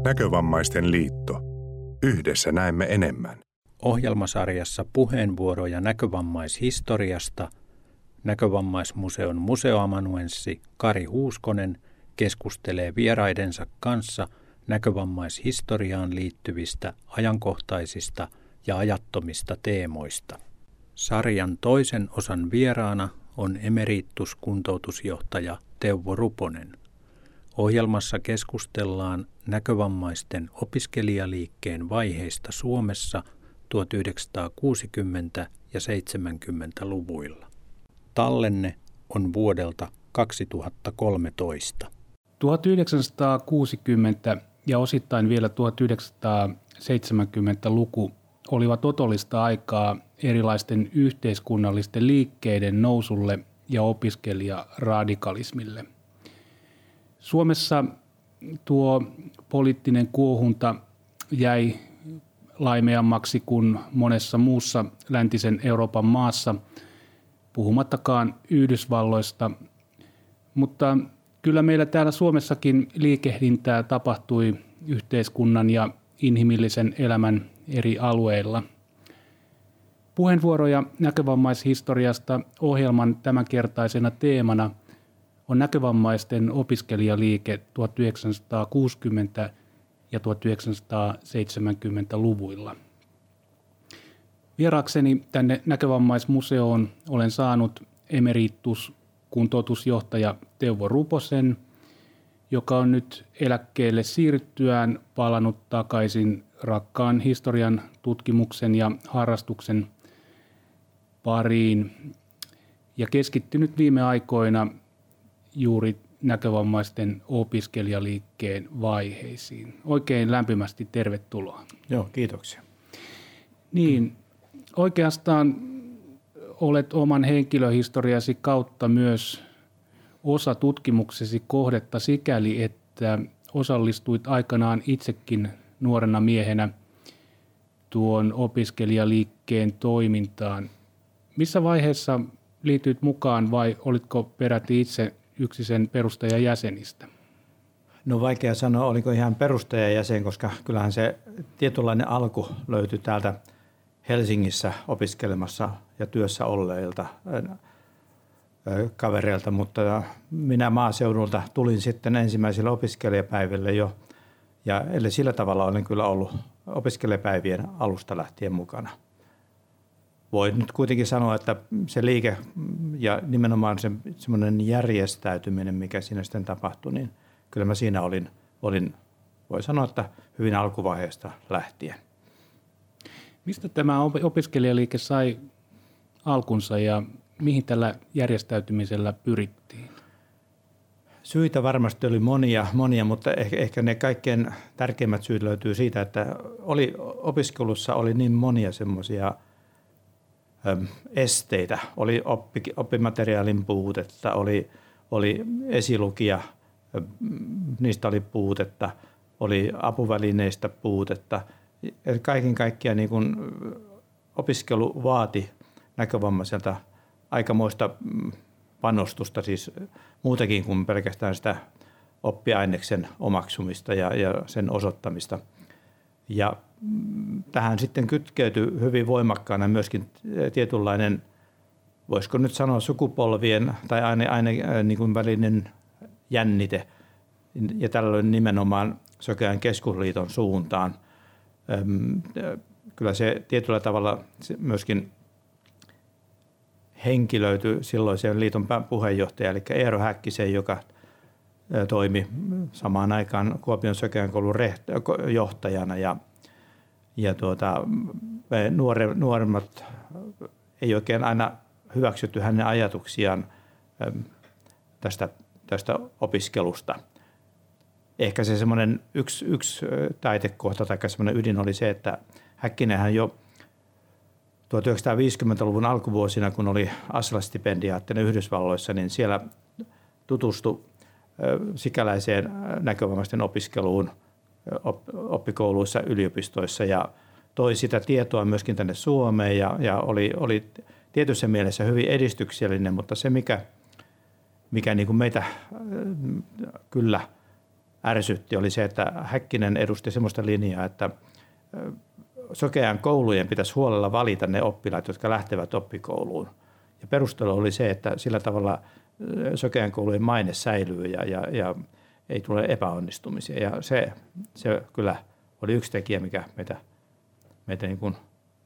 Näkövammaisten liitto. Yhdessä näemme enemmän. Ohjelmasarjassa puheenvuoroja näkövammaishistoriasta Näkövammaismuseon museoamanuenssi Kari Huuskonen keskustelee vieraidensa kanssa näkövammaishistoriaan liittyvistä ajankohtaisista ja ajattomista teemoista. Sarjan toisen osan vieraana on emerituskuntoutusjohtaja Teuvo Ruponen. Ohjelmassa keskustellaan näkövammaisten opiskelijaliikkeen vaiheista Suomessa 1960- ja 70-luvuilla. Tallenne on vuodelta 2013. 1960 ja osittain vielä 1970-luku olivat otollista aikaa erilaisten yhteiskunnallisten liikkeiden nousulle ja opiskelijaradikalismille. Suomessa tuo poliittinen kuohunta jäi laimeammaksi kuin monessa muussa läntisen Euroopan maassa, puhumattakaan Yhdysvalloista. Mutta kyllä meillä täällä Suomessakin liikehdintää tapahtui yhteiskunnan ja inhimillisen elämän eri alueilla. Puheenvuoroja näkövammaishistoriasta ohjelman tämänkertaisena teemana on näkövammaisten opiskelijaliike 1960- ja 1970-luvuilla. Vieraakseni tänne Näkövammaismuseoon olen saanut emerituskuntoutusjohtaja Teuvo Ruposen, joka on nyt eläkkeelle siirtyään palannut takaisin rakkaan historian tutkimuksen ja harrastuksen pariin ja keskittynyt viime aikoina juuri näkövammaisten opiskelijaliikkeen vaiheisiin. Oikein lämpimästi tervetuloa. Joo, kiitoksia. Niin, oikeastaan olet oman henkilöhistoriasi kautta myös osa tutkimuksesi kohdetta sikäli, että osallistuit aikanaan itsekin nuorena miehenä tuon opiskelijaliikkeen toimintaan. Missä vaiheessa liityit mukaan vai olitko peräti itse yksi sen perustajajäsenistä? No vaikea sanoa, oliko ihan perustajajäsen, koska kyllähän se tietynlainen alku löytyi täältä Helsingissä opiskelemassa ja työssä olleilta kavereilta, mutta minä maaseudulta tulin sitten ensimmäisille opiskelijapäiville jo, ja eli sillä tavalla olen kyllä ollut opiskelijapäivien alusta lähtien mukana. Voin nyt kuitenkin sanoa, että se liike ja nimenomaan semmoinen järjestäytyminen, mikä siinä sitten tapahtui, niin kyllä mä siinä olin voi sanoa, että hyvin alkuvaiheesta lähtien. Mistä tämä opiskelijaliike sai alkunsa ja mihin tällä järjestäytymisellä pyrittiin? Syitä varmasti oli monia, mutta ehkä ne kaikkein tärkeimmät syyt löytyy siitä, että opiskelussa oli niin monia semmoisia esteitä. Oli oppimateriaalin puutetta, oli esilukija, niistä oli puutetta, oli apuvälineistä puutetta. Kaiken kaikkiaan niin kun opiskelu vaati näkövammaiselta aikamoista panostusta, siis muutakin kuin pelkästään sitä oppiaineksen omaksumista ja sen osoittamista. Ja tähän sitten kytkeytyi hyvin voimakkaana myöskin tietynlainen, voisiko nyt sanoa sukupolvien tai aina niin kuin välinen jännite, ja tällöin nimenomaan Sokean keskusliiton suuntaan. Kyllä se tietyllä tavalla myöskin henkilöityi silloiseen liiton puheenjohtaja, eli Eero Häkkisen, joka toimi samaan aikaan Kuopion Sokean koulun johtajana. Nuoremmat ei oikein aina hyväksytty hänen ajatuksiaan tästä opiskelusta. Ehkä se semmoinen yksi taitekohta tai semmoinen ydin oli se, että Häkkinenhän jo 1950-luvun alkuvuosina, kun oli Asla-stipendiaattinen Yhdysvalloissa, niin siellä tutustui sikäläiseen näkövammaisten opiskeluun oppikouluissa, yliopistoissa ja toi sitä tietoa myöskin tänne Suomeen ja oli tietyssä mielessä hyvin edistyksellinen, mutta se mikä niin kuin meitä kyllä ärsytti, oli se, että Häkkinen edusti sellaista linjaa, että Sokean koulujen pitäisi huolella valita ne oppilaat, jotka lähtevät oppikouluun. Ja perustelu oli se, että sillä tavalla Sokean koulujen maine säilyy ja ei tule epäonnistumisia. Ja se kyllä oli yksi tekijä, mikä meitä niin kuin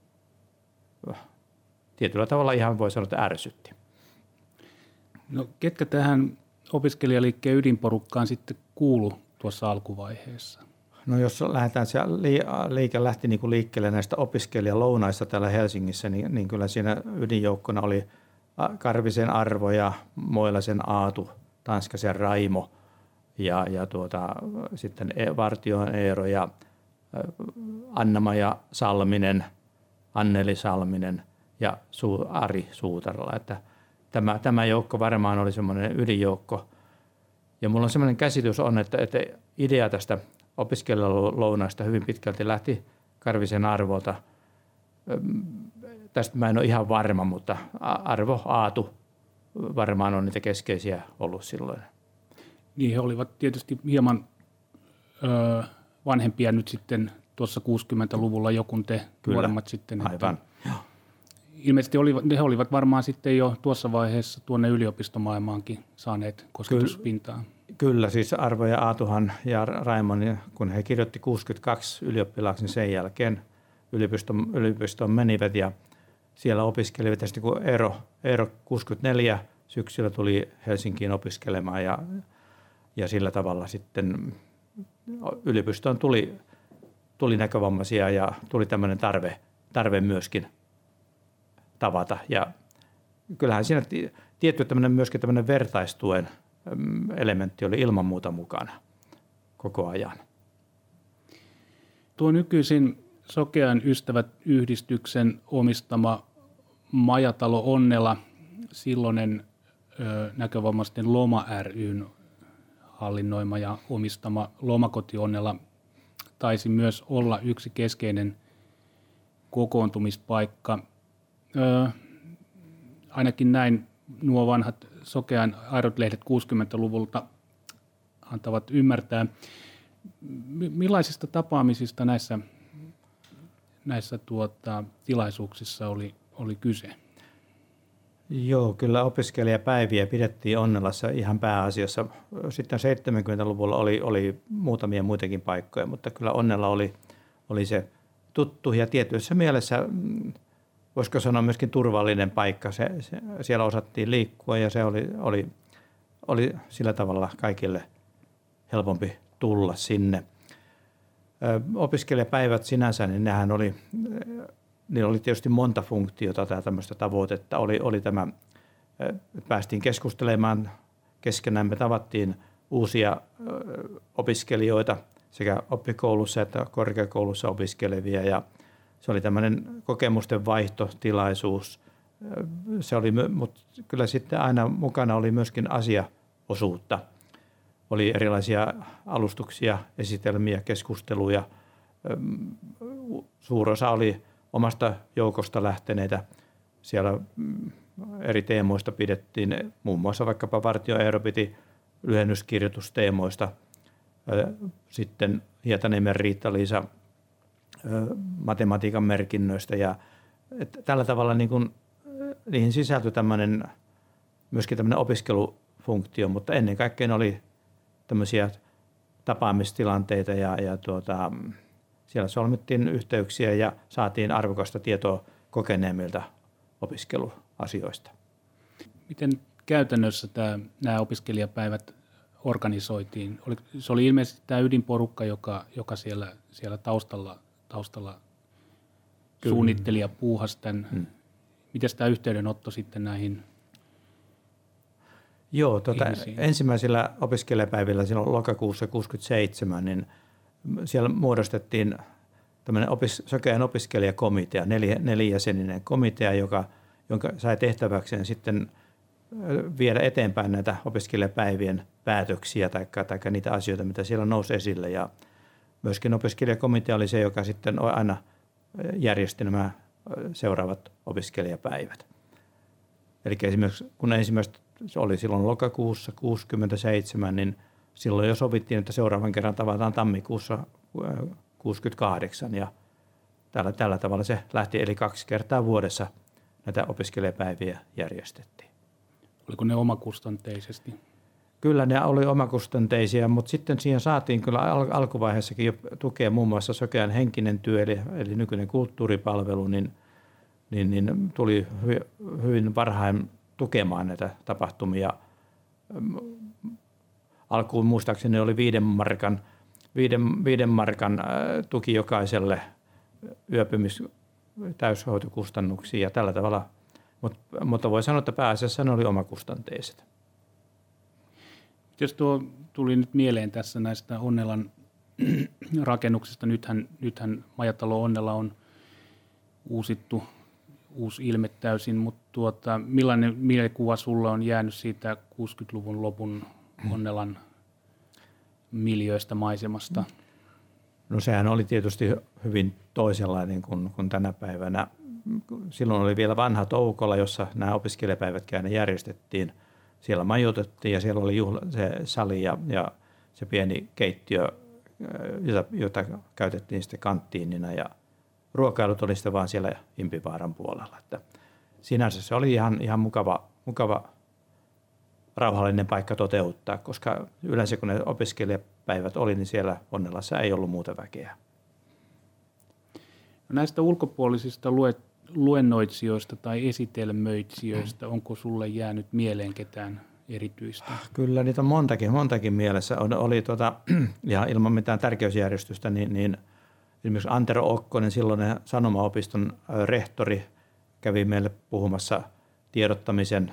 tietyllä tavalla ihan voi sanoa, että ärsytti. No ketkä tähän opiskelijaliikkeen ydinporukkaan sitten kuulu tuossa alkuvaiheessa? No jos lähdetään, liike lähti niin kuin liikkeelle näistä opiskelijalounaista täällä Helsingissä, niin kyllä siinä ydinjoukkona oli Karvisen Arvo ja Moilasen Aatu, Tanskasen Raimo ja sitten Vartion Eero ja Anna-Maja Salminen, Anneli Salminen ja Ari Suutarala. Että tämä joukko varmaan oli semmoinen ydinjoukko. Ja mulla on semmoinen käsitys on, että idea tästä opiskelijalounaista hyvin pitkälti lähti Karvisen Arvolta. Tästä mä en ole ihan varma, mutta Arvo, Aatu varmaan on niitä keskeisiä ollut silloin. Niin he olivat tietysti hieman vanhempia nyt sitten tuossa 60-luvulla jo, kun te nuoremmat sitten. Aivan. Ilmeisesti he olivat varmaan sitten jo tuossa vaiheessa tuonne yliopistomaailmaankin saaneet kosketuspintaa. Kyllä, siis Arvo ja Aatuhan ja Raimon, kun he kirjoitti 62 ylioppilaaksi, niin sen jälkeen yliopistoon menivät ja siellä opiskelivat. Ja sitten kun Eero 64 syksyllä tuli Helsinkiin opiskelemaan ja sillä tavalla sitten yliopistoon tuli näkövammaisia ja tuli tämmöinen tarve myöskin tavata. Ja kyllähän siinä tietty myöskin tämmöinen vertaistuen elementti oli ilman muuta mukana koko ajan. Tuo nykyisin Sokean ystävät-yhdistyksen omistama Majatalo Onnela, silloinen näkövammaisten Loma ry:n hallinnoima ja omistama Lomakoti Onnela taisi myös olla yksi keskeinen kokoontumispaikka. Ainakin näin nuo vanhat Sokean Airot-lehdet 60-luvulta antavat ymmärtää. Millaisista tapaamisista näissä tilaisuuksissa oli kyse? Joo, kyllä opiskelijapäiviä pidettiin Onnelassa ihan pääasiassa. Sitten 70-luvulla oli muutamia muitakin paikkoja, mutta kyllä Onnela oli se tuttu ja tietyissä mielessä, voisiko sanoa myöskin turvallinen paikka. Siellä osattiin liikkua ja se oli sillä tavalla kaikille helpompi tulla sinne. Opiskelijapäivät sinänsä, niin niillä oli tietysti monta funktiota tai tämmöistä tavoitetta. Oli tämä, päästiin keskustelemaan keskenään, me tavattiin uusia opiskelijoita sekä oppikoulussa että korkeakoulussa opiskelevia ja se oli tämmöinen kokemusten vaihtotilaisuus. Mutta kyllä sitten aina mukana oli myöskin asiaosuutta. Oli erilaisia alustuksia, esitelmiä, keskusteluja. Suurosa oli omasta joukosta lähteneitä. Siellä eri teemoista pidettiin, muun muassa vaikkapa Vartio Eero piti lyhennyskirjoitusteemoista. Sitten Hietaniemen Riitta-Liisa matematiikan merkinnöistä. Ja tällä tavalla niihin sisältyi myöskin tämmöinen opiskelufunktio, mutta ennen kaikkea ne oli tämmöisiä tapaamistilanteita ja siellä solmittiin yhteyksiä ja saatiin arvokasta tietoa kokeneemmilta opiskeluasioista. Miten käytännössä nämä opiskelijapäivät organisoitiin? Se oli ilmeisesti tämä ydinporukka, joka siellä taustalla suunnitteli ja puuhasi tämän. Miten tämä yhteydenotto sitten näihin? Joo, ensimmäisillä opiskelijapäivillä silloin lokakuussa 1967, niin siellä muodostettiin tämmöinen Sokean opiskelijakomitea, nelijäseninen komitea, jonka sai tehtäväkseen sitten viedä eteenpäin näitä opiskelijapäivien päätöksiä tai niitä asioita, mitä siellä nousi esille. Ja myöskin opiskelijakomitea oli se, joka sitten aina järjesti nämä seuraavat opiskelijapäivät. Eli esimerkiksi kun ensimmäistä se oli silloin lokakuussa 1967, niin silloin jo sovittiin, että seuraavan kerran tavataan tammikuussa 1968 ja tällä tavalla se lähti, eli 2 kertaa vuodessa näitä opiskelijapäiviä järjestettiin. Oliko ne omakustanteisesti? Kyllä ne oli omakustanteisia, mutta sitten siihen saatiin kyllä alkuvaiheessakin jo tukea muun muassa Sokean henkinen työ, eli nykyinen kulttuuripalvelu, niin tuli hyvin varhain tukemaan näitä tapahtumia. Alkuun muistaakseni oli 5 markan tuki jokaiselle täyshoitokustannuksiin ja tällä tavalla, mutta voi sanoa, että pääasiassa ne oli omakustanteiset. Jos tuo tuli nyt mieleen tässä näistä Onnelan rakennuksista, nythän Majatalo Onnela on uusittu, uusi ilme täysin, mutta millainen mielikuva sulla on jäänyt siitä 60-luvun lopun Onnelan miljöistä, maisemasta? No sehän oli tietysti hyvin toisenlainen kuin tänä päivänä. Silloin oli vielä vanha Toukola, jossa nämä opiskelijapäivätkään järjestettiin. Siellä majoitettiin ja siellä oli se sali ja se pieni keittiö, jota käytettiin sitten kanttiinina ja ruokailut oli sitten vaan siellä Impivaaran puolella. Että sinänsä se oli ihan mukava rauhallinen paikka toteuttaa, koska yleensä kun ne opiskelijapäivät oli, niin siellä Onnelassa ei ollut muuta väkeä. No näistä ulkopuolisista luennoitsijoista tai esitelmöitsijöistä, onko sulle jäänyt mieleen ketään erityistä? Kyllä niitä on montakin mielessä. Oli ja ilman mitään tärkeysjärjestystä, niin esimerkiksi Antero Okkonen, silloinen Sanomaopiston rehtori, kävi meille puhumassa tiedottamisen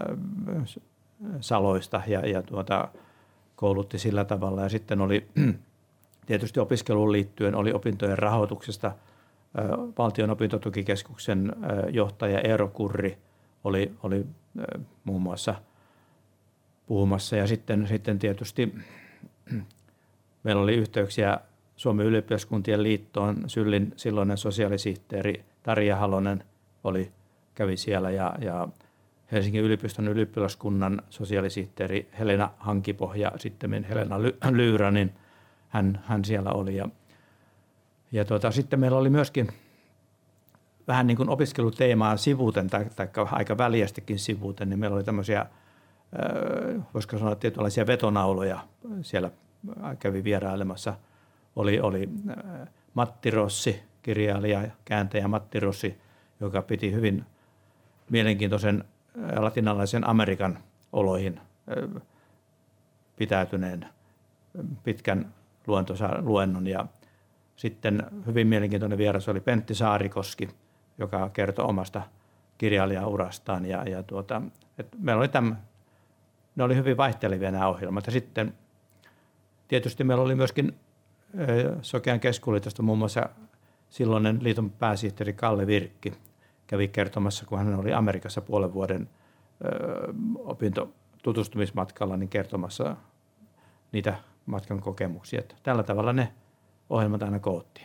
saloista ja koulutti sillä tavalla. Ja sitten oli tietysti opiskeluun liittyen oli opintojen rahoituksesta Valtion opintotukikeskuksen johtaja Eero Kurri oli muun muassa puhumassa. Ja sitten tietysti meillä oli yhteyksiä Suomen ylioppilaskuntien liittoon. Syllin silloinen sosiaalisihteeri Tarja Halonen kävi siellä ja Helsingin yliopiston ylioppilaskunnan sosiaalisihteeri Helena Hankipohja, sitten Helena Lyyrä, niin hän siellä oli. Ja sitten meillä oli myöskin vähän niin kuin opiskeluteemaa sivuten tai aika väljästikin sivuten, niin meillä oli tämmöisiä, voisiko sanoa tietynlaisia vetonauloja siellä kävi vierailemassa. Oli Matti Rossi, kirjailija ja kääntäjä Matti Rossi, joka piti hyvin mielenkiintoisen latinalaisen Amerikan oloihin pitäytyneen pitkän luennon. Ja sitten hyvin mielenkiintoinen vieras oli Pentti Saarikoski, joka kertoi omasta kirjailijaurastaan. Meillä oli ne oli hyvin vaihtelevia nämä ohjelmat. Ja sitten tietysti meillä oli myöskin Sokean keskuliitosta muun muassa silloinen liiton pääsihteeri Kalle Virkki kävi kertomassa, kun hän oli Amerikassa puolen vuoden opintotutustumismatkalla, niin kertomassa niitä matkan kokemuksia. Että tällä tavalla ne ohjelmat aina koottiin.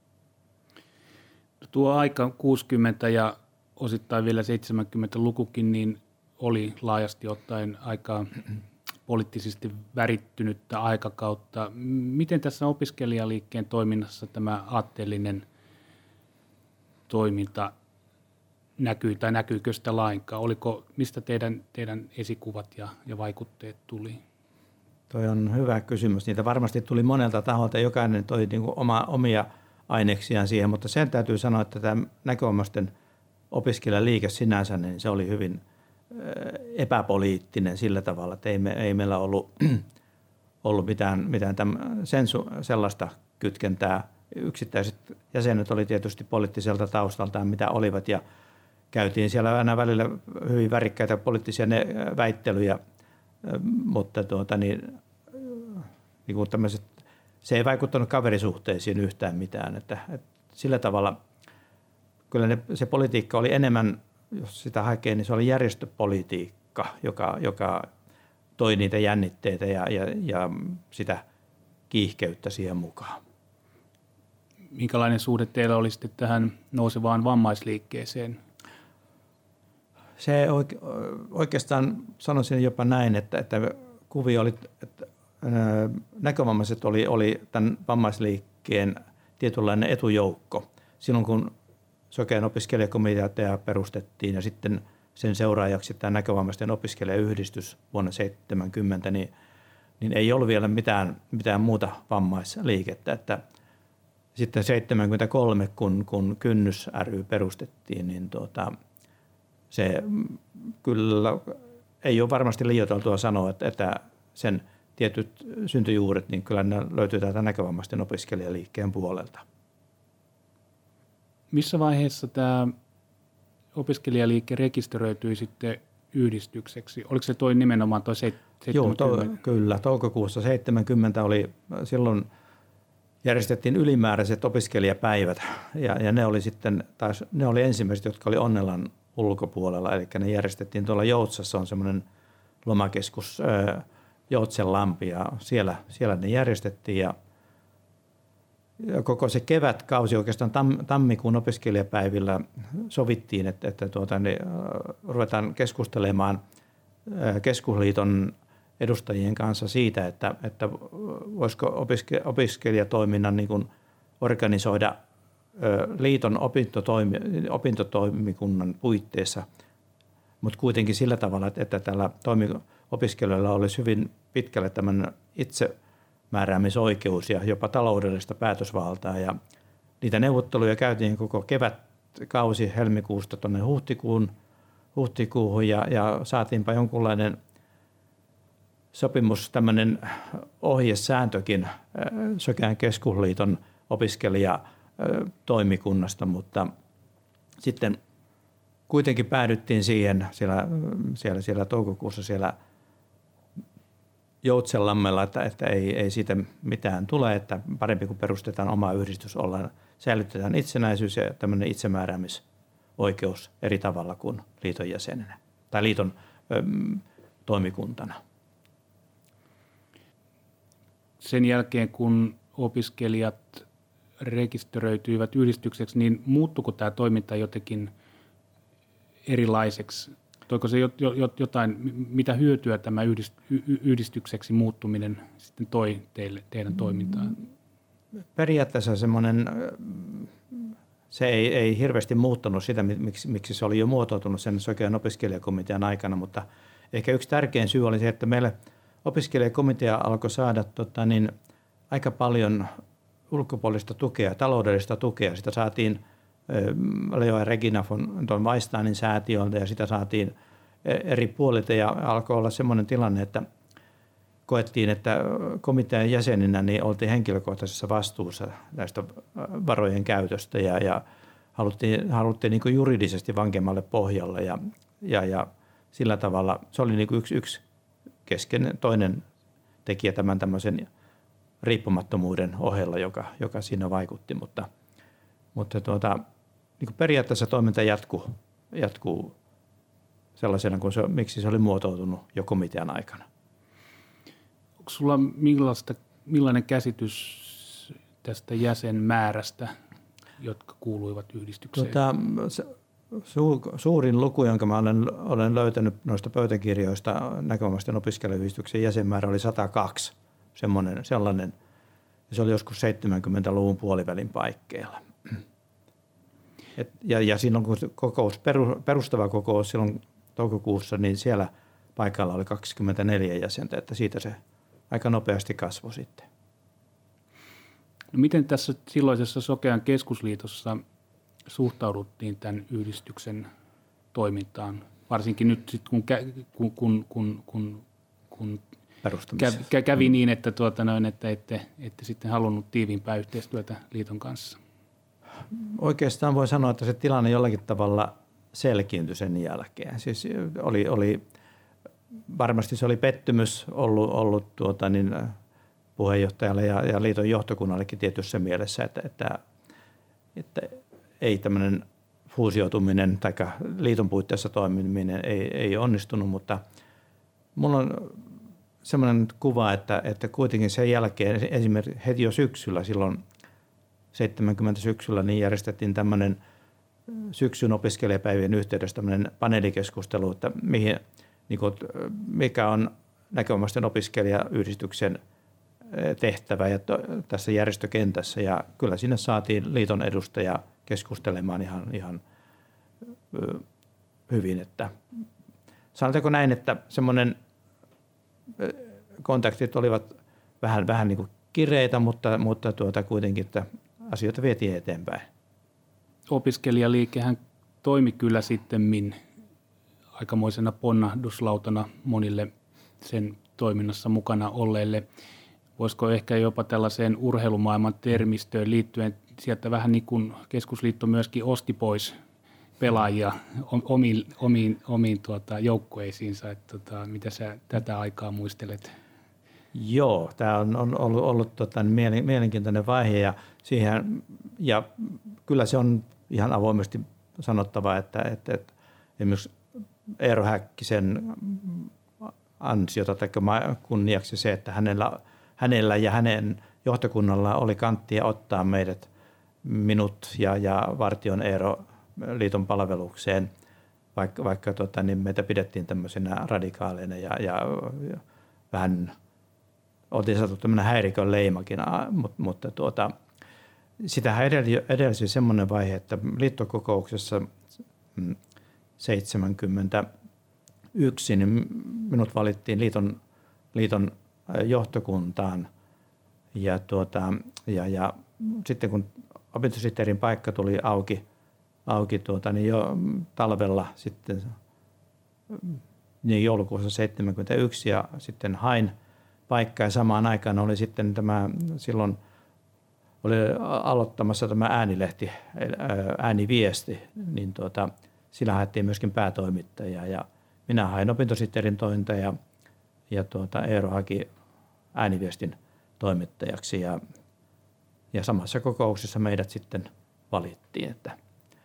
Tuo aika 60 ja osittain vielä 70-lukukin niin oli laajasti ottaen aika poliittisesti värittynyttä aikakautta. Miten tässä opiskelijaliikkeen toiminnassa tämä aatteellinen toiminta näkyy tai näkyykö sitä lainkaan? Mistä teidän esikuvat ja vaikutteet tuli? Toi on hyvä kysymys. Niitä varmasti tuli monelta taholta. Jokainen toi niin kuin omia aineksiaan siihen, mutta sen täytyy sanoa, että tämä näkövammaisten opiskelijaliike sinänsä, niin se oli hyvin epäpoliittinen sillä tavalla, että ei meillä ollut mitään sellaista kytkentää. Yksittäiset jäsenet oli tietysti poliittiselta taustaltaan, mitä olivat, ja käytiin siellä aina välillä hyvin värikkäitä poliittisia väittelyjä, mutta niin kuin se ei vaikuttanut kaverisuhteisiin yhtään mitään. Että sillä tavalla kyllä se politiikka oli enemmän, jos sitä hakee, niin se oli järjestöpolitiikka, joka toi niitä jännitteitä ja sitä kiihkeyttä siihen mukaan. Minkälainen suhde teillä oli sitten tähän nousevaan vammaisliikkeeseen? Se oikeastaan sanoisin jopa näin, että kuvio oli, että näkövammaiset oli tämän vammaisliikkeen tietynlainen etujoukko. Silloin kun Sokean opiskelijakomitea perustettiin ja sitten sen seuraajaksi tämä näkövammaisten opiskelijayhdistys vuonna 1970, niin ei ollut vielä mitään muuta vammaisliikettä. Että sitten 1973, kun Kynnys ry perustettiin, niin se kyllä ei ole varmasti liioiteltua sanoa, että sen tietyt syntyjuuret, niin kyllä ne löytyy täältä näkövammaisten opiskelijaliikkeen puolelta. Missä vaiheessa tämä opiskelijaliike rekisteröityi sitten yhdistykseksi? Oliko se nimenomaan tuo 70? Joo, kyllä. Toukokuussa 70 silloin järjestettiin ylimääräiset opiskelijapäivät ja ne oli sitten taas, ne oli ensimmäiset, jotka oli Onnelan ulkopuolella, eli ne järjestettiin tuolla Joutsassa, on semmoinen lomakeskus Joutsenlampi ja siellä ne järjestettiin ja koko se kevätkausi oikeastaan tammikuun opiskelijapäivillä sovittiin, että ruvetaan keskustelemaan keskusliiton edustajien kanssa siitä, että voisiko opiskelijatoiminnan niin kuin organisoida liiton opintotoimikunnan puitteissa, mutta kuitenkin sillä tavalla, että tällä opiskelijoilla olisi hyvin pitkälle tämän itsemääräämisoikeus ja jopa taloudellista päätösvaltaa. Ja niitä neuvotteluja käytiin koko kevätkausi helmikuusta tuonne huhtikuuhun ja saatiinpa jonkunlainen sopimus, tämmöinen ohjesääntökin Sokean keskusliiton opiskelijatoimikunnasta, mutta sitten kuitenkin päädyttiin siihen siellä toukokuussa siellä Joutsenlammella, että ei siitä mitään tule, että parempi kun perustetaan oma yhdistys, säilytetään itsenäisyys ja tämmöinen itsemääräämisoikeus eri tavalla kuin liiton jäsenenä tai liiton toimikuntana. Sen jälkeen, kun opiskelijat rekisteröityivät yhdistykseksi, niin muuttuiko tämä toiminta jotenkin erilaiseksi? Toiko se jotain, mitä hyötyä tämä yhdistykseksi muuttuminen sitten toi teidän toimintaan? Periaatteessa semmoinen, se ei hirveästi muuttanut sitä, miksi se oli jo muotoutunut sen Sokean opiskelijakomitean aikana, mutta ehkä yksi tärkein syy oli se, että meille opiskelijakomitea alkoi saada aika paljon ulkopuolista tukea, taloudellista tukea. Sitä saatiin Leo ja Regina von Weisteinin säätiöltä ja sitä saatiin eri puolilta ja alkoi olla semmoinen tilanne, että koettiin, että komitean jäseninä niin oltiin henkilökohtaisessa vastuussa näistä varojen käytöstä ja haluttiin niin kuin juridisesti vankemmalle pohjalle ja sillä tavalla se oli niin kuin yksi keskeinen toinen tekijä tämän tämmöisen riippumattomuuden ohella, joka siinä vaikutti, mutta niin kuin periaatteessa toiminta jatkuu sellaisena kuin miksi se oli muotoutunut jo komitean aikana. Onko sulla millainen käsitys tästä jäsenmäärästä, jotka kuuluivat yhdistykseen? Suurin luku, jonka mä olen löytänyt noista pöytäkirjoista näkövammaisten opiskelijayhdistyksen jäsenmäärä oli 102, sellainen. Se oli joskus 70-luvun puolivälin paikkeilla. Ja silloin kun perustava kokous silloin toukokuussa, niin siellä paikalla oli 24 jäsentä, että siitä se aika nopeasti kasvoi sitten. No miten tässä silloisessa Sokean keskusliitossa suhtauduttiin tämän yhdistyksen toimintaan, varsinkin nyt sit, kun kävi niin, että ette sitten halunnut tiiviimpää yhteistyötä liiton kanssa? Oikeastaan voi sanoa, että se tilanne jollakin tavalla selkiintyi sen jälkeen. Siis varmasti se oli pettymys ollut puheenjohtajalle ja liiton johtokunnallekin tietyssä mielessä, että ei tämmöinen fuusioituminen tai liiton puitteissa toimiminen ei onnistunut, mutta mulla on semmoinen kuva, että kuitenkin sen jälkeen esimerkiksi heti jo syksyllä, silloin 70 syksyllä, niin järjestettiin tämmöinen syksyn opiskelijapäivien yhteydessä tämmöinen paneelikeskustelu, että mikä on näkövammaisten opiskelijayhdistyksen tehtävä ja tässä järjestökentässä. Ja kyllä sinne saatiin liiton edustaja keskustelemaan ihan hyvin. Että sanotaanko näin, että semmoinen kontaktit olivat vähän niin kuin kireitä, mutta kuitenkin, että asioita vietiin eteenpäin. Opiskelijaliikehän toimi kyllä sittemmin aikamoisena ponnahduslautana monille sen toiminnassa mukana olleille. Voisiko ehkä jopa tällaiseen urheilumaailman termistöön liittyen sieltä vähän niin kuin keskusliitto myöskin osti pois pelaajia omiin joukkueisiinsa. Mitä sä tätä aikaa muistelet? Joo, tämä on ollut mielenkiintoinen vaihe ja kyllä se on ihan avoimesti sanottava, että esimerkiksi Eero Häkkisen ansiota tai kunniaksi se, että hänellä ja hänen johtokunnalla oli kanttia ottaa minut ja Vartion Eero liiton palvelukseen, vaikka niin meitä pidettiin tämmöisenä radikaaleina ja vähän oltiin saatu tämmöinen häirikön leimakin, mutta sitähän edelsi semmoinen vaihe, että liittokokouksessa 1971 niin minut valittiin liiton johtokuntaan ja sitten kun opintosihteerin paikka tuli auki niin jo talvella sitten niin joulukuussa 1971 ja sitten hain paikkaa ja samaan aikaan oli sitten silloin oli aloittamassa tämä äänilehti, ääniviesti, niin sillä haettiin myöskin päätoimittaja ja minä hain opintosihteerin tointa ja Eero haki ääniviestin toimittajaksi ja samassa kokouksessa meidät sitten valittiin, että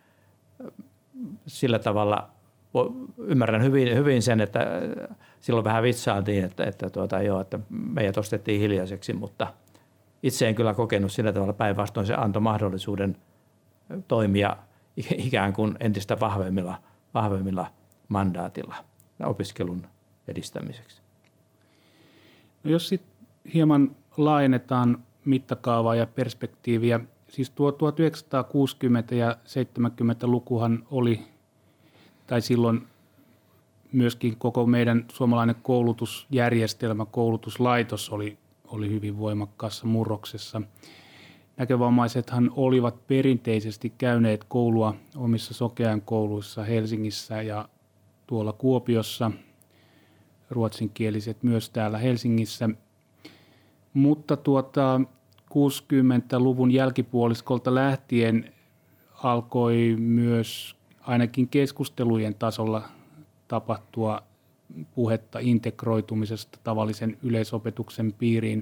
sillä tavalla ymmärrän hyvin sen, että silloin vähän vitsailtiin, että meidät ostettiin hiljaiseksi, mutta itse en kyllä kokenut sillä tavalla, päinvastoin se antoi mahdollisuuden toimia ikään kuin entistä vahvemmilla mandaatilla opiskelun edistämiseksi. No jos sitten hieman laajennetaan mittakaavaa ja perspektiiviä, siis tuo 1960- ja 70-lukuhan oli, tai silloin myöskin koko meidän suomalainen koulutusjärjestelmä, koulutuslaitos oli hyvin voimakkaassa murroksessa. Näkövammaisethan olivat perinteisesti käyneet koulua omissa sokean kouluissa Helsingissä ja tuolla Kuopiossa, ruotsinkieliset myös täällä Helsingissä. Mutta 60-luvun jälkipuoliskolta lähtien alkoi myös ainakin keskustelujen tasolla tapahtua puhetta integroitumisesta tavallisen yleisopetuksen piiriin.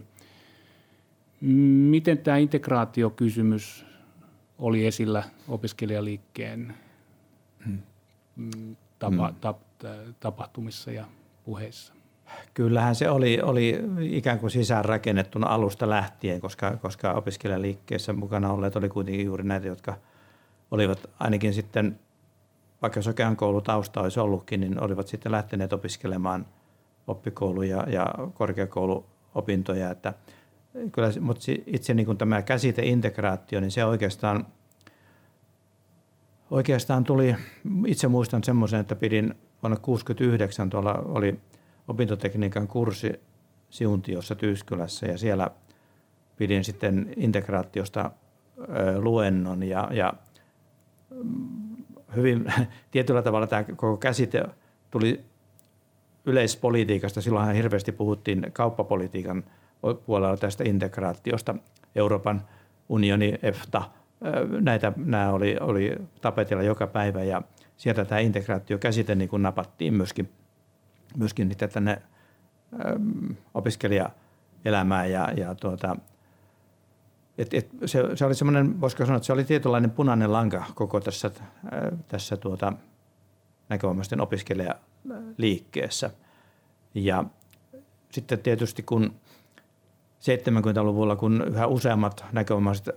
Miten tämä integraatiokysymys oli esillä opiskelijaliikkeen tapahtumissa ja puheissa? Kyllähän se oli ikään kuin sisäänrakennettuna alusta lähtien, koska opiskelijaliikkeessä mukana olleet oli kuitenkin juuri näitä, jotka olivat ainakin sitten, vaikka sokean koulutausta olisi ollutkin, niin olivat sitten lähteneet opiskelemaan oppikoulu- ja korkeakouluopintoja. Että kyllä, mutta itse niin kuin tämä käsite integraatio, niin se oikeastaan tuli, itse muistan semmoisen, että pidin vuonna 1969, tuolla oli opintotekniikan kurssi Siuntiossa Tyyskylässä ja siellä pidin sitten integraatiosta luennon ja hyvin tietyllä tavalla tämä koko käsite tuli yleispolitiikasta. Silloinhan hirveästi puhuttiin kauppapolitiikan puolella tästä integraatiosta. Euroopan unioni, EFTA, nämä oli tapetilla joka päivä ja sieltä tämä integraatiokäsite niin kuin napattiin myöskin niitä tänne opiskelijaelämään se oli semmoinen, voisiko sanoa, että se oli tietynlainen punainen lanka koko tässä näkövammaisten opiskelijaliikkeessä. Ja sitten tietysti kun 70-luvulla, kun yhä useammat näkövammaiset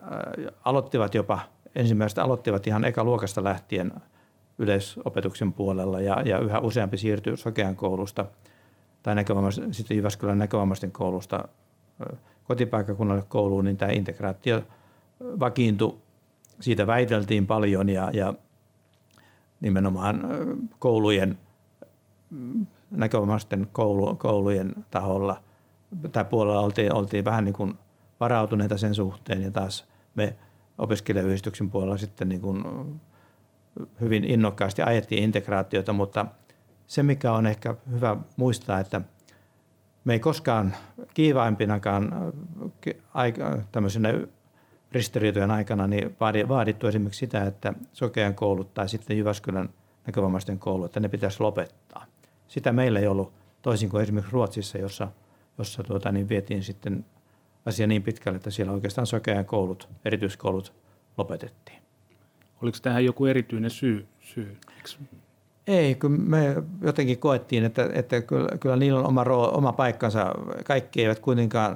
aloittivat ihan ekaluokasta lähtien yleisopetuksen puolella ja yhä useampi siirtyi sokean koulusta tai sitten Jyväskylän näkövammaisten koulusta kotipaikkakunnalle kouluun, niin tämä integraatio vakiintui. Siitä väiteltiin paljon ja nimenomaan koulujen, näkövammaisten koulujen taholla tai puolella oltiin vähän niin kuin varautuneita sen suhteen ja taas me opiskelijayhdistyksen puolella sitten niin kuin hyvin innokkaasti ajettiin integraatiota, mutta se mikä on ehkä hyvä muistaa, että me ei koskaan kiivaimpinakaan tämmöisenä ristiriitojen aikana niin vaadittu esimerkiksi sitä, että Sokean koulut tai sitten Jyväskylän näkövammaisten koulut, että ne pitäisi lopettaa. Sitä meillä ei ollut toisin kuin esimerkiksi Ruotsissa, jossa niin vietiin sitten asia niin pitkälle, että siellä oikeastaan Sokean koulut, erityiskoulut lopetettiin. Oliko tähän joku erityinen syy? Ei, kun me jotenkin koettiin, että kyllä niillä on oma paikkansa. Kaikki eivät kuitenkaan,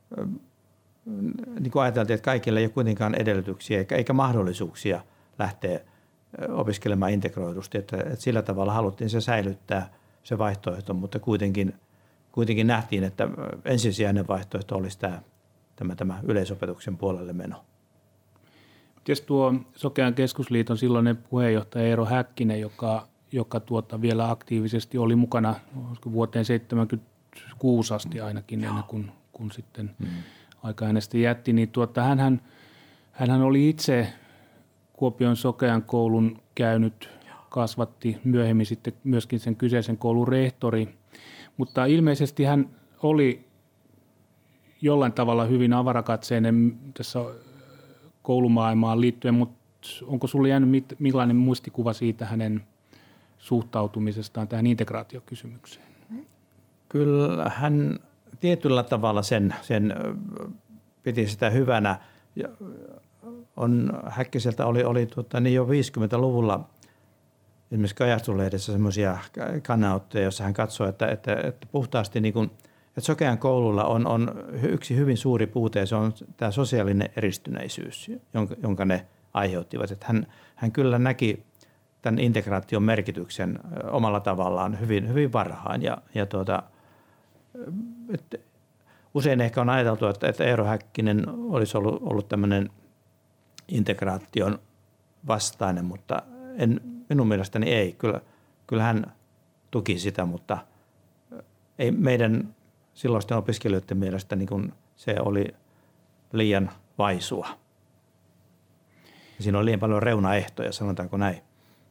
niin kuin ajateltiin, että kaikille ei ole kuitenkaan edellytyksiä eikä mahdollisuuksia lähteä opiskelemaan integroidusti. Että sillä tavalla haluttiin se säilyttää, se vaihtoehto, mutta kuitenkin nähtiin, että ensisijainen vaihtoehto olisi tämä yleisopetuksen puolelle meno. Tietysti tuo Sokean keskusliiton silloinen puheenjohtaja Eero Häkkinen, joka vielä aktiivisesti oli mukana vuoteen 1976 asti ainakin, ennen kuin sitten aika hänestä jätti, niin hänhän oli itse Kuopion Sokean koulun käynyt, kasvatti myöhemmin sitten myöskin sen kyseisen koulun rehtori, mutta ilmeisesti hän oli jollain tavalla hyvin avarakatseinen tässä koulumaailmaan liittyen, mutta onko sinulle jäänyt millainen muistikuva siitä hänen suhtautumisestaan tähän integraatiokysymykseen? Kyllä hän tietyllä tavalla sen piti sitä hyvänä. Häkkiseltä oli niin jo 50-luvulla esimerkiksi Kajastuslehdessä semmoisia kannanottoja, jossa hän katsoi, että puhtaasti niin kuin, että Sokean koululla on yksi hyvin suuri puute, ja se on tämä sosiaalinen eristyneisyys, jonka ne aiheuttivat. Että hän kyllä näki tämän integraation merkityksen omalla tavallaan hyvin varhain. Usein ehkä on ajateltu, että Eero Häkkinen olisi ollut tämmöinen integraation vastainen, mutta minun mielestäni ei. Kyllä hän tuki sitä, mutta ei meidän silloisten opiskelijoiden mielestä niin kun se oli liian vaisua. Siinä oli liian paljon reunaehtoja, sanotaanko näin.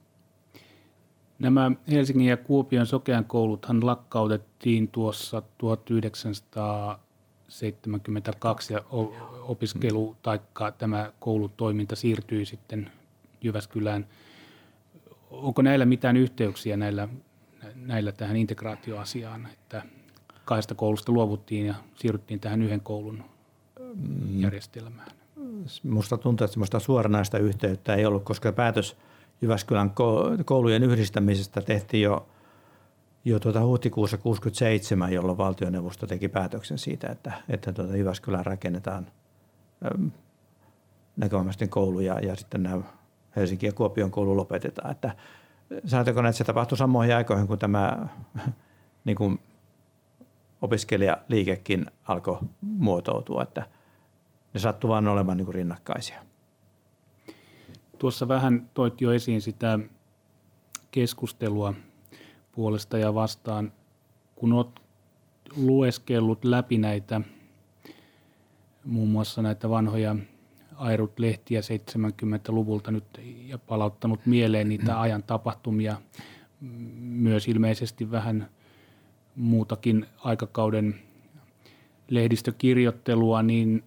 Nämä Helsingin ja Kuopion Sokean kouluthan lakkautettiin tuossa 1972 ja opiskelu taikka tämä koulutoiminta siirtyi sitten Jyväskylään. Onko näillä mitään yhteyksiä näillä tähän integraatioasiaan, että kahdesta koulusta luovuttiin ja siirryttiin tähän yhden koulun järjestelmään? Musta tuntuu, että sellaista suoranaista yhteyttä ei ollut, koska päätös Jyväskylän koulujen yhdistämisestä tehtiin jo huhtikuussa 1967, jolloin valtioneuvosto teki päätöksen siitä, että Jyväskylään rakennetaan näkövammaisten kouluja ja sitten nämä Helsingin ja Kuopion koulu lopetetaan. Että sanotaanko, että se tapahtui samoihin aikoihin, kun tämä niin kuin opiskelijaliikekin alkoi muotoutua, että ne sattuu vaan olemaan niin kuin rinnakkaisia. Tuossa vähän toit jo esiin sitä keskustelua puolesta ja vastaan, kun olet lueskellut läpi näitä, muun muassa näitä vanhoja Airut-lehtiä 70-luvulta nyt ja palauttanut mieleen niitä ajan tapahtumia, myös ilmeisesti vähän muutakin aikakauden lehdistökirjoittelua, niin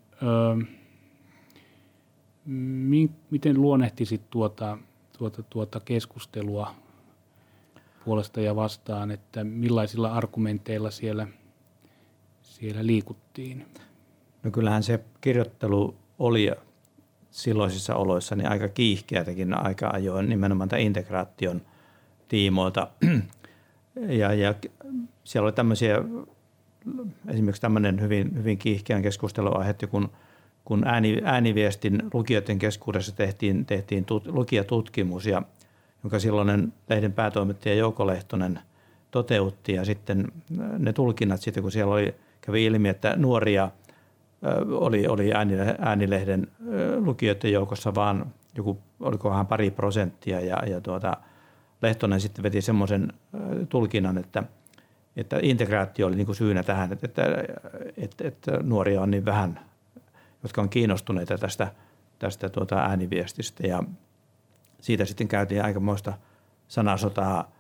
miten luonnehtisit tuota keskustelua puolesta ja vastaan, että millaisilla argumenteilla siellä liikuttiin? No kyllähän se kirjoittelu oli silloisissa oloissa niin aika kiihkeätäkin aika ajoin nimenomaan tämän integraation tiimoilta. Ja siellä oli tämmöisiä, esimerkiksi tämmöinen hyvin kiihkeän keskusteluaihe, kun ääniviestin lukijoiden keskuudessa tehtiin lukijatutkimus, jonka silloinen lehden päätoimittaja Jouko Lehtonen toteutti. Ja sitten ne tulkinnat, sitten kun siellä kävi ilmi, että nuoria oli Äänilehden lukijoiden joukossa vaan joku, olikohan pari prosenttia ja Lehtonen sitten veti semmoisen tulkinnan, että integraatio oli niin kuin syynä tähän, että nuoria on niin vähän, jotka on kiinnostuneita tästä ääniviestistä ja siitä sitten käytiin aikamoista sanasotaa.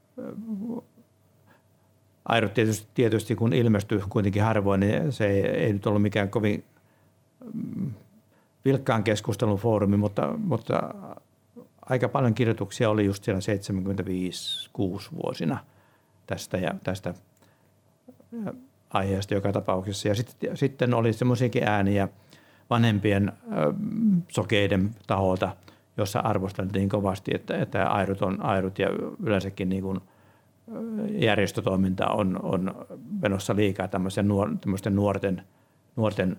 Airut tietysti kun ilmestyi kuitenkin harvoin, niin se ei nyt ollut mikään kovin vilkkaan keskustelun foorumi, mutta aika paljon kirjoituksia oli just siellä 75-6 vuosina tästä aiheesta joka tapauksessa. Ja sitten oli semmoisiakin ääniä vanhempien sokeiden taholta, jossa arvosteltiin kovasti, että airut ja yleensäkin niin kuin järjestötoiminta on menossa liikaa tämmöisten nuorten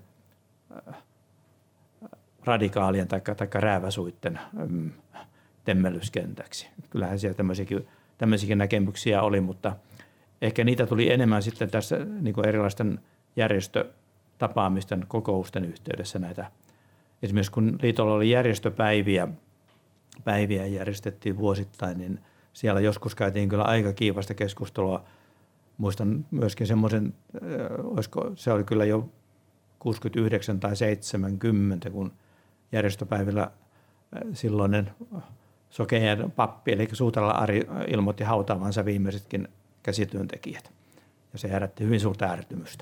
radikaalien tai rääväsuitten temmellyskentäksi. Kyllähän siellä tämmöisiäkin näkemyksiä oli, mutta ehkä niitä tuli enemmän sitten tässä niin kuin erilaisten järjestötapaamisten kokousten yhteydessä näitä. Esimerkiksi kun liitolla oli järjestöpäiviä järjestettiin vuosittain, niin siellä joskus käytiin kyllä aika kiivasta keskustelua. Muistan myöskin semmoisen, se oli kyllä jo 69 tai 70, kun järjestöpäivillä silloinen sokeiden pappi, eli Suutaralla Ari ilmoitti hautaavansa viimeisetkin käsityöntekijät. Ja se herätti hyvin suurta ärtymystä.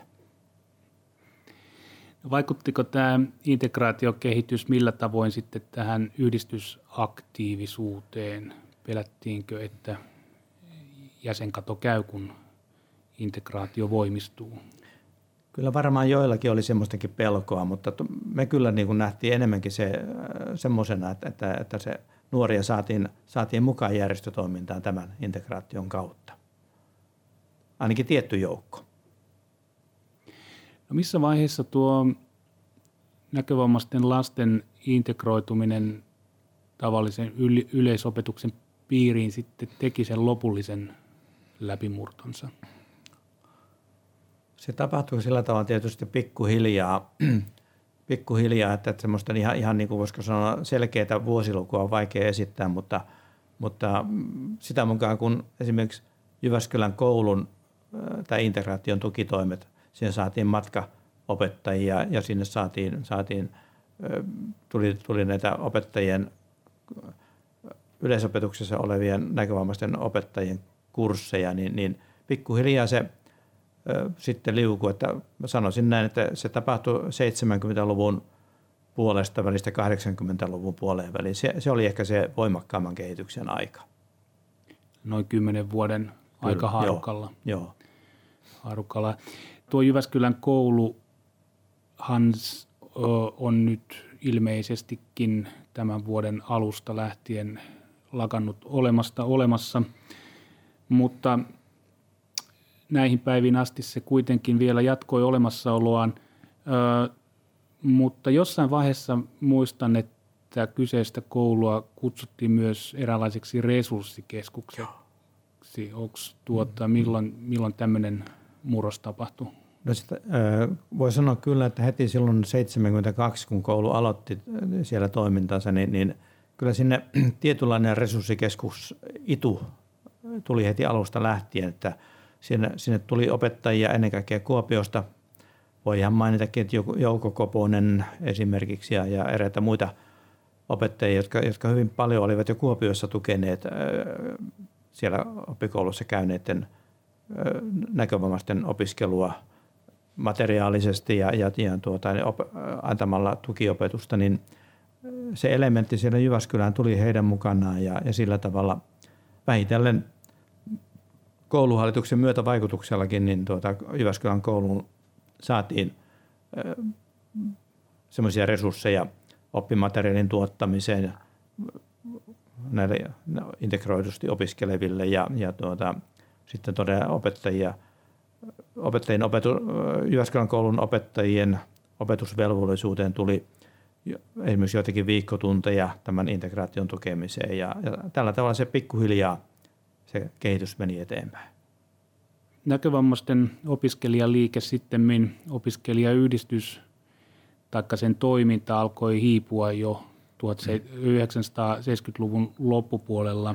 Vaikuttiko tämä integraatiokehitys millä tavoin sitten tähän yhdistysaktiivisuuteen? Pelättiinkö, että jäsenkato käy, kun integraatio voimistuu? Kyllä varmaan joillakin oli semmoistakin pelkoa, mutta me kyllä niin kuin nähtiin enemmänkin se semmoisena, että se nuoria saatiin mukaan järjestötoimintaan tämän integraation kautta. Ainakin tietty joukko. No missä vaiheessa tuo näkövammaisten lasten integroituminen tavallisen yleisopetuksen piiriin sitten teki sen lopullisen läpimurtonsa? Se tapahtui sillä tavalla tietysti pikkuhiljaa, että semmoista ihan niin kuin voisiko sanoa selkeää vuosilukua on vaikea esittää, mutta sitä mukaan kun esimerkiksi Jyväskylän koulun tai integraation tukitoimet, siihen saatiin matkaopettajia ja sinne tuli näitä opettajien yleisopetuksessa olevien näkövammaisten opettajien kursseja, niin pikkuhiljaa se sitten liukui, että mä sanoisin näin, että se tapahtui 70-luvun puolesta välistä 80-luvun puoleen väliin. Se oli ehkä se voimakkaamman kehityksen aika. Noin 10 vuoden aika haarukalla. Joo. Haarukalla. Tuo Jyväskylän kouluhan on nyt ilmeisestikin tämän vuoden alusta lähtien lakannut olemassa, mutta näihin päiviin asti se kuitenkin vielä jatkoi olemassaoloaan, mutta jossain vaiheessa muistan, että kyseistä koulua kutsuttiin myös eräänlaiseksi resurssikeskukseksi. Milloin tämmöinen murros tapahtui? No voi sanoa kyllä, että heti silloin 72, kun koulu aloitti siellä toimintansa, niin kyllä sinne tietynlainen resurssikeskus itu tuli heti alusta lähtien, että sinne tuli opettajia ennen kaikkea Kuopiosta. Voi ihan mainitakin, että Jouko Koponen esimerkiksi ja eräitä muita opettajia, jotka hyvin paljon olivat jo Kuopiossa tukeneet siellä oppikoulussa käyneiden näkövammaisten opiskelua materiaalisesti ja antamalla tukiopetusta, niin se elementti siellä Jyväskylään tuli heidän mukanaan ja sillä tavalla vähitellen kouluhallituksen myötävaikutuksellakin niin Jyväskylän kouluun saatiin semmoisia resursseja oppimateriaalin tuottamiseen näille integroidusti opiskeleville ja sitten todella Jyväskylän koulun opettajien opetusvelvollisuuteen tuli esimerkiksi joitakin viikkotunteja tämän integraation tukemiseen ja tällä tavalla se pikkuhiljaa se kehitys meni eteenpäin. Näkövammaisten opiskelijaliike sittemmin opiskelijayhdistys taikka sen toiminta alkoi hiipua jo 1970-luvun loppupuolella.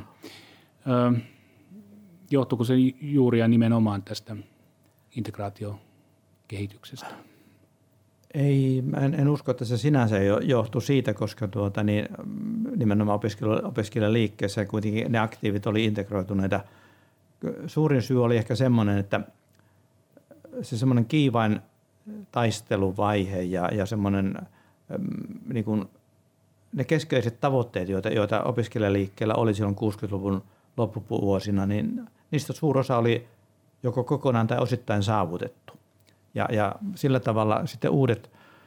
Johtuiko se juuri ja nimenomaan tästä integraatiokehityksestä? Ei, en usko, että se sinänsä johtui siitä, koska nimenomaan opiskelijaliikkeessä kuitenkin ne aktiivit oli integroituneita. Suurin syy oli ehkä semmoinen, että se semmoinen kiivain taisteluvaihe ja semmoinen niin kuin ne keskeiset tavoitteet, joita opiskelijaliikkeellä oli silloin 60-luvun loppuvuosina, niin niistä suurosa oli joko kokonaan tai osittain saavutettu. Ja sillä tavalla sitten uudet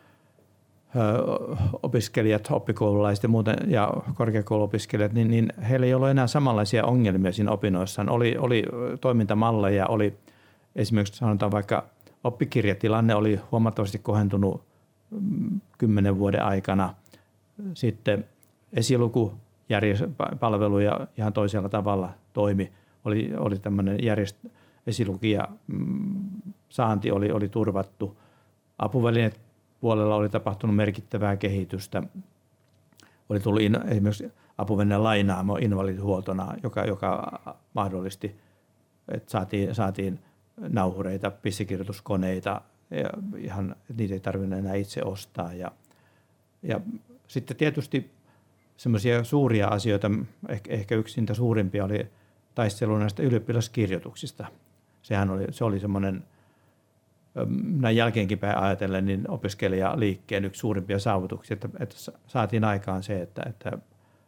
opiskelijat, oppikoululaiset ja muuten ja korkeakouluopiskelijat, niin heillä ei ollut enää samanlaisia ongelmia siinä opinnoissaan. Oli toimintamalleja, oli esimerkiksi sanotaan vaikka oppikirjatilanne oli huomattavasti kohentunut 10 vuoden aikana. Sitten esilukupalveluja ihan toisella tavalla toimi. Oli tämmöinen esilukija saanti oli turvattu. Apuvälineet puolella oli tapahtunut merkittävää kehitystä. Oli tullut esimerkiksi apuvälineen lainaamo invalidihuoltona, joka mahdollisti, että saatiin nauhureita, pistekirjoituskoneita ja ihan niitä ei tarvinnut enää itse ostaa. Ja sitten tietysti semmoisia suuria asioita, ehkä yksi niitä suurimpia oli taistelu näistä ylioppilaskirjoituksista. Se oli semmoinen, näin jälkeenkin päin ajatellen, niin opiskelijaliikkeen yksi suurimpia saavutuksia, että saatiin aikaan se, että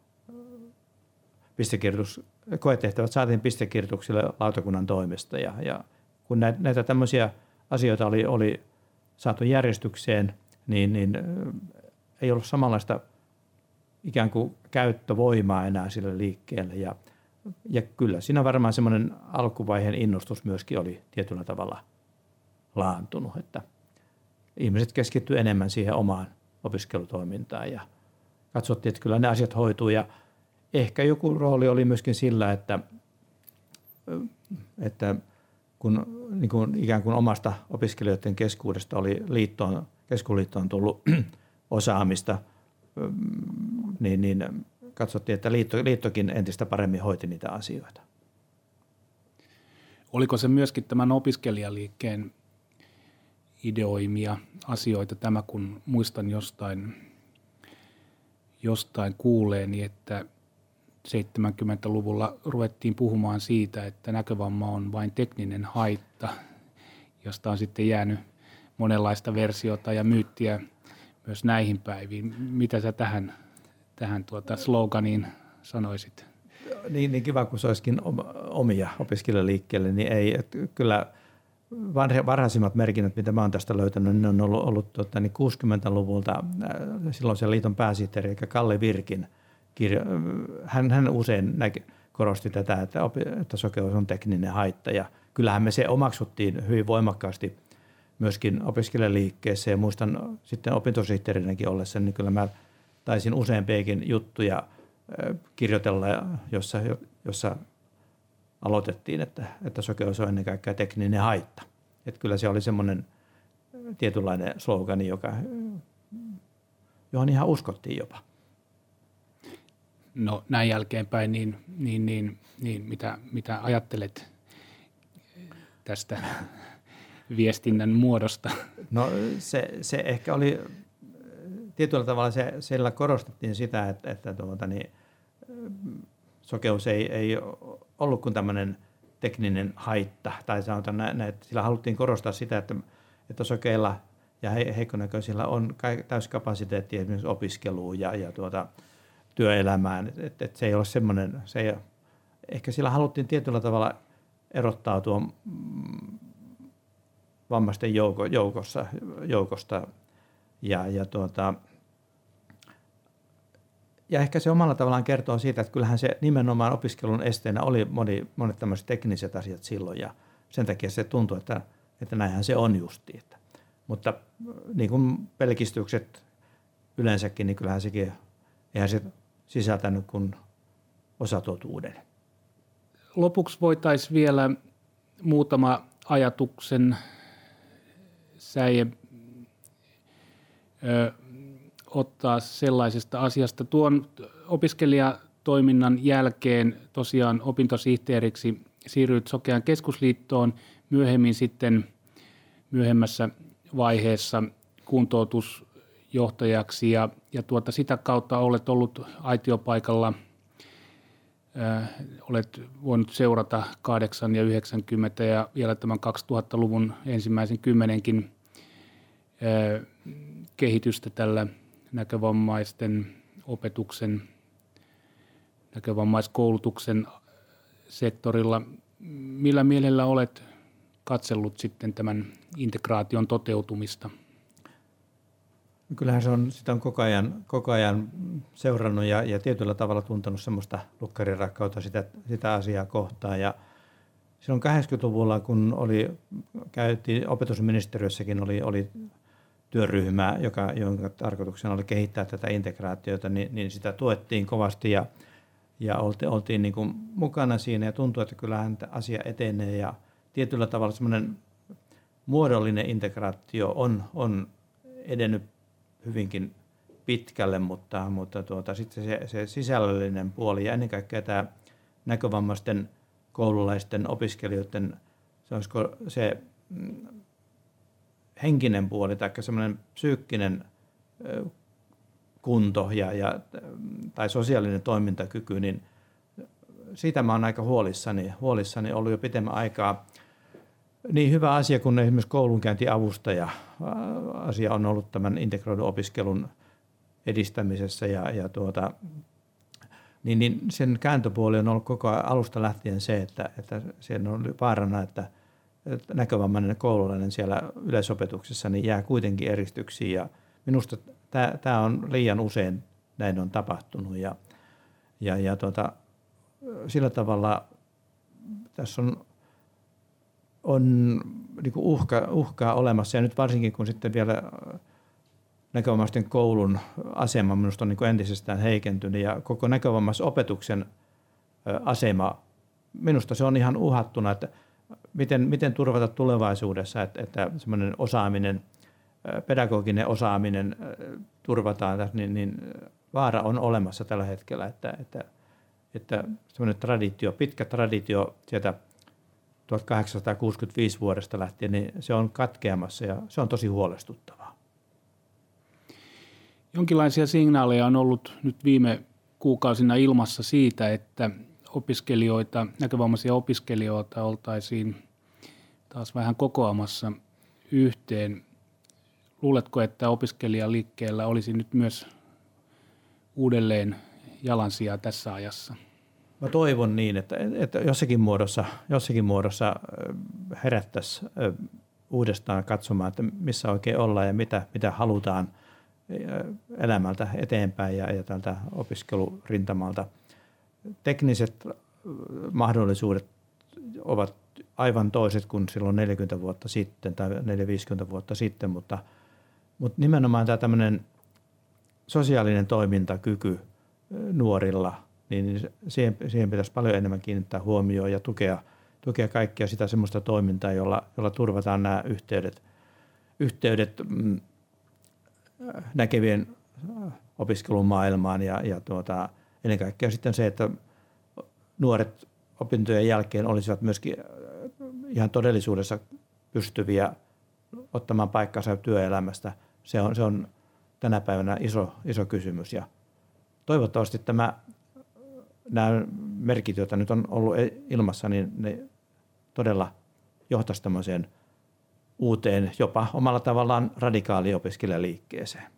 koetehtävät saatiin pistekirjoituksille lautakunnan toimesta. Ja kun näitä tämmöisiä asioita oli saatu järjestykseen, niin ei ollut samanlaista ikään kuin käyttövoimaa enää sille liikkeelle. Ja kyllä siinä varmaan semmoinen alkuvaiheen innostus myöskin oli tietyllä tavalla laantunut, että ihmiset keskittyivät enemmän siihen omaan opiskelutoimintaan ja katsottiin, että kyllä ne asiat hoituu. Ja ehkä joku rooli oli myöskin sillä, että kun niin kuin ikään kuin omasta opiskelijoiden keskuudesta oli keskusliittoon tullut osaamista, niin katsottiin, että liittokin entistä paremmin hoiti niitä asioita. Oliko se myöskin tämän opiskelijaliikkeen ideoimia asioita tämä, kun muistan jostain kuuleeni, että 70-luvulla ruvettiin puhumaan siitä, että näkövamma on vain tekninen haitta, josta on sitten jäänyt monenlaista versiota ja myyttiä myös näihin päiviin. Mitä sä tähän sloganiin sanoisit? Niin kiva, kun se olisikin omia opiskelijaliikkeelle, niin ei. Kyllä varhaisimmat merkinnät, mitä mä oon tästä löytänyt, ne on ollut 60-luvulta silloisen liiton pääsihteeri, eli Kalle Virkin kirja. Hän usein korosti tätä, että sokeus on tekninen haitta, ja kyllähän me se omaksuttiin hyvin voimakkaasti myöskin opiskelijaliikkeessä, ja muistan sitten opintosihteerinäkin ollessa, niin kyllä mä taisin useampiakin juttuja kirjoitella, jossa aloitettiin, että sokeus on ennen kaikkea tekninen haitta. Että kyllä se oli semmoinen tietynlainen slogani, johon ihan uskottiin jopa. No näin jälkeenpäin, niin mitä ajattelet tästä viestinnän muodosta? No se ehkä oli tietyllä tavalla siellä korostettiin sitä, että sokeus ei ollut kuin tämmöinen tekninen haitta, tai sanotaan näin, että sillä haluttiin korostaa sitä, että sokeilla ja heikkonäköisillä on täysi kapasiteetti esimerkiksi opiskeluun ja työelämään, että se ei ole semmoinen, ehkä sillä haluttiin tietyllä tavalla erottautua vammaisten joukosta ja ehkä se omalla tavallaan kertoo siitä, että kyllähän se nimenomaan opiskelun esteenä oli monet tämmöiset tekniset asiat silloin, ja sen takia se tuntuu, että näinhän se on justiin. Mutta niin kuin pelkistykset yleensäkin, niin kyllähän sekin, eihän se sisältänyt kuin osatotuuden. Lopuksi voitaisiin vielä muutama ajatuksen säie ottaa sellaisesta asiasta. Tuon opiskelijatoiminnan jälkeen tosiaan opintosihteeriksi siirryit Sokean keskusliittoon, myöhemmin sitten myöhemmässä vaiheessa kuntoutusjohtajaksi ja sitä kautta olet ollut aitiopaikalla. Olet voinut seurata 8 ja 90 ja vielä tämän 2000-luvun ensimmäisen 10 kehitystä tällä näkövammaisten opetuksen, näkövammaiskoulutuksen sektorilla. Millä mielellä olet katsellut sitten tämän integraation toteutumista? Kyllähän sitä on koko ajan seurannut ja tietyllä tavalla tuntenut semmoista lukkarirakkautta sitä asiaa kohtaan. Ja silloin 80-luvulla, kun käytiin opetusministeriössäkin oli työryhmä, jonka tarkoituksena oli kehittää tätä integraatiota, niin sitä tuettiin kovasti ja oltiin niin kuin mukana siinä ja tuntui, että kyllähän asia etenee ja tietyllä tavalla semmoinen muodollinen integraatio on edennyt hyvinkin pitkälle, mutta sitten se sisällöllinen puoli ja ennen kaikkea tämä näkövammaisten koululaisten opiskelijoiden se henkinen puoli tai semmoinen psyykkinen kunto tai sosiaalinen toimintakyky, niin siitä mä oon aika huolissani ollut jo pitemmän aikaa. Niin hyvä asia kuin esimerkiksi koulunkäyntiavustaja asia on ollut tämän integroidun opiskelun edistämisessä niin sen kääntöpuoli on ollut koko ajan alusta lähtien se, että siinä on vaarana, että näkövammainen koululainen siellä yleisopetuksessa niin jää kuitenkin eristyksiin ja minusta tämä on liian usein näin on tapahtunut ja sillä tavalla tässä on niin kuin uhkaa olemassa ja nyt varsinkin kun sitten vielä näkövammaisten koulun asema minusta on niin kuin entisestään heikentynyt ja koko näkövammaisopetuksen asema, minusta se on ihan uhattuna, että miten turvata tulevaisuudessa, että semmoinen osaaminen, pedagoginen osaaminen turvataan, niin vaara on olemassa tällä hetkellä, että semmoinen pitkä traditio sieltä 1865 vuodesta lähtien, niin se on katkeamassa ja se on tosi huolestuttavaa. Jonkinlaisia signaaleja on ollut nyt viime kuukausina ilmassa siitä, että näkövammaisia opiskelijoita oltaisiin taas vähän kokoamassa yhteen. Luuletko, että opiskelijaliikkeellä olisi nyt myös uudelleen jalansijaa tässä ajassa? Mä toivon niin, että jossakin muodossa herättäisiin uudestaan katsomaan, että missä oikein ollaan ja mitä halutaan elämältä eteenpäin ja tältä opiskelurintamalta. Tekniset mahdollisuudet ovat aivan toiset kuin silloin 40 vuotta sitten tai 40-50 vuotta sitten, mutta nimenomaan tämä tämmöinen sosiaalinen toimintakyky nuorilla, niin siihen pitäisi paljon enemmän kiinnittää huomioon ja tukea kaikkia sitä semmoista toimintaa, jolla turvataan nämä yhteydet näkevien opiskelun maailmaan ja ennen kaikkea sitten se, että nuoret opintojen jälkeen olisivat myöskin ihan todellisuudessa pystyviä ottamaan paikkansa työelämästä. Se on tänä päivänä iso kysymys ja toivottavasti nämä merkit, joita nyt on ollut ilmassa, niin ne todella johtaisi tämmöiseen uuteen, jopa omalla tavallaan radikaaliin opiskelijaliikkeeseen.